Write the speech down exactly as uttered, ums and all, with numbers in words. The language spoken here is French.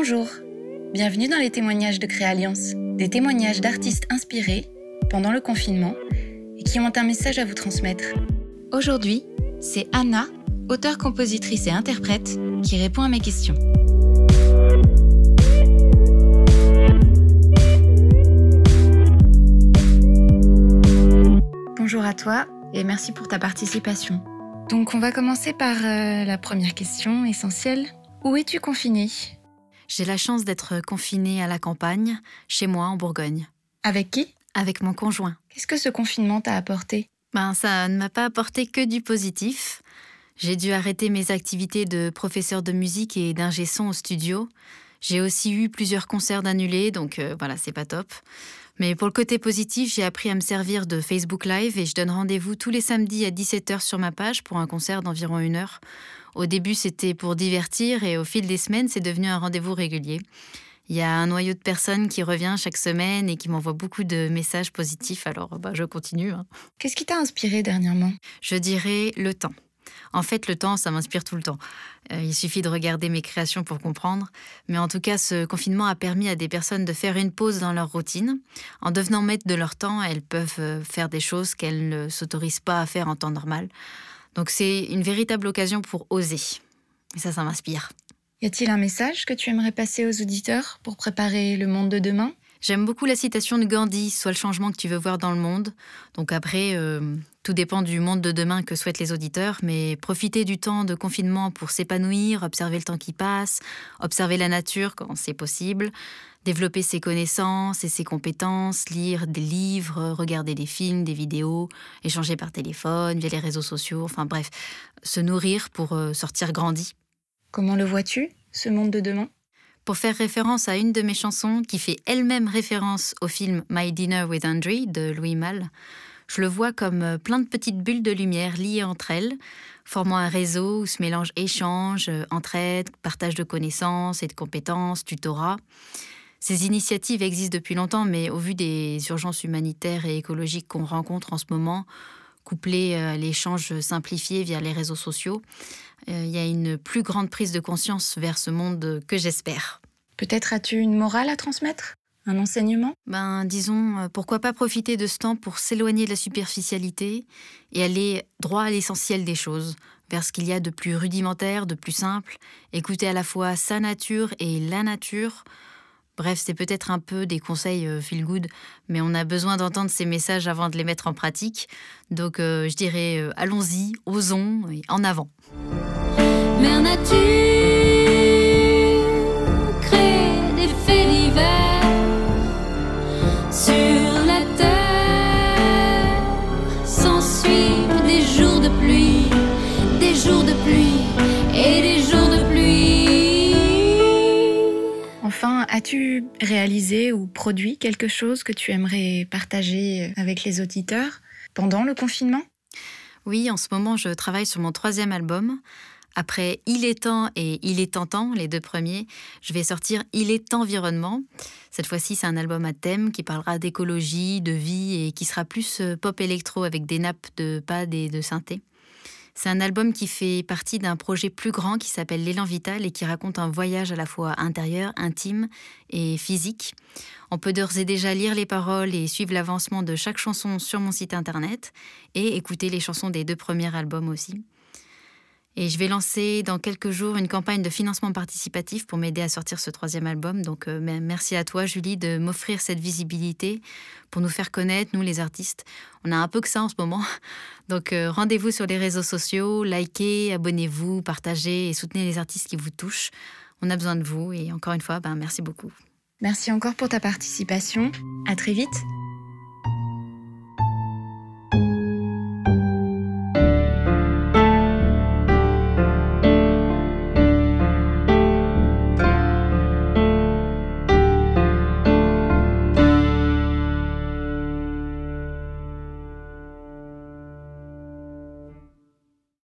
Bonjour, bienvenue dans les témoignages de Créalliance, des témoignages d'artistes inspirés pendant le confinement et qui ont un message à vous transmettre. Aujourd'hui, c'est Anna, auteure, compositrice et interprète, qui répond à mes questions. Bonjour à toi et merci pour ta participation. Donc on va commencer par euh, la première question essentielle. Où es-tu confinée ? J'ai la chance d'être confinée à la campagne, chez moi en Bourgogne. Avec qui ? Avec mon conjoint. Qu'est-ce que ce confinement t'a apporté ? Ben, ça ne m'a pas apporté que du positif. J'ai dû arrêter mes activités de professeur de musique et d'ingé son au studio. J'ai aussi eu plusieurs concerts d'annulés, donc euh, voilà, c'est pas top. Mais pour le côté positif, j'ai appris à me servir de Facebook Live et je donne rendez-vous tous les samedis à dix-sept heures sur ma page pour un concert d'environ une heure. Au début, c'était pour divertir et au fil des semaines, c'est devenu un rendez-vous régulier. Il y a un noyau de personnes qui revient chaque semaine et qui m'envoie beaucoup de messages positifs, alors bah, je continue. Hein. Qu'est-ce qui t'a inspiré dernièrement ? Je dirais le temps. En fait, le temps, ça m'inspire tout le temps. Euh, il suffit de regarder mes créations pour comprendre. Mais en tout cas, ce confinement a permis à des personnes de faire une pause dans leur routine. En devenant maîtres de leur temps, elles peuvent faire des choses qu'elles ne s'autorisent pas à faire en temps normal. Donc c'est une véritable occasion pour oser. Et ça, ça m'inspire. Y a-t-il un message que tu aimerais passer aux auditeurs pour préparer le monde de demain ? J'aime beaucoup la citation de Gandhi, « Sois le changement que tu veux voir dans le monde ». Donc après, euh, tout dépend du monde de demain que souhaitent les auditeurs, mais profiter du temps de confinement pour s'épanouir, observer le temps qui passe, observer la nature quand c'est possible, développer ses connaissances et ses compétences, lire des livres, regarder des films, des vidéos, échanger par téléphone, via les réseaux sociaux, enfin bref, se nourrir pour euh, sortir grandi. Comment le vois-tu, ce monde de demain ? Pour faire référence à une de mes chansons qui fait elle-même référence au film My Dinner with Andre de Louis Malle, je le vois comme plein de petites bulles de lumière liées entre elles, formant un réseau où se mélangent échanges, entraide, partage de connaissances et de compétences, tutorat. Ces initiatives existent depuis longtemps, mais au vu des urgences humanitaires et écologiques qu'on rencontre en ce moment, couplées à l'échange simplifié via les réseaux sociaux, il y a une plus grande prise de conscience vers ce monde que j'espère. Peut-être as-tu une morale à transmettre ? Un enseignement ? Ben, disons, pourquoi pas profiter de ce temps pour s'éloigner de la superficialité et aller droit à l'essentiel des choses, vers ce qu'il y a de plus rudimentaire, de plus simple, écouter à la fois sa nature et la nature. Bref, c'est peut-être un peu des conseils euh, feel good, mais on a besoin d'entendre ces messages avant de les mettre en pratique. Donc euh, je dirais, euh, allons-y, osons et en avant. Mère nature crée des faits divers sur la terre. S'ensuivent des jours de pluie, des jours de pluie et des jours de pluie. Enfin, as-tu réalisé ou produit quelque chose que tu aimerais partager avec les auditeurs pendant le confinement ? Oui, en ce moment, je travaille sur mon troisième album. Après Il est temps et Il est tentant, les deux premiers, je vais sortir Il est environnement. Cette fois-ci, c'est un album à thème qui parlera d'écologie, de vie et qui sera plus pop électro avec des nappes de pad et de synthé. C'est un album qui fait partie d'un projet plus grand qui s'appelle L'élan vital et qui raconte un voyage à la fois intérieur, intime et physique. On peut d'ores et déjà lire les paroles et suivre l'avancement de chaque chanson sur mon site internet et écouter les chansons des deux premiers albums aussi. Et je vais lancer dans quelques jours une campagne de financement participatif pour m'aider à sortir ce troisième album. Donc euh, merci à toi, Julie, de m'offrir cette visibilité pour nous faire connaître, nous les artistes. On a un peu que ça en ce moment. Donc euh, rendez-vous sur les réseaux sociaux, likez, abonnez-vous, partagez et soutenez les artistes qui vous touchent. On a besoin de vous et encore une fois, ben, merci beaucoup. Merci encore pour ta participation. À très vite.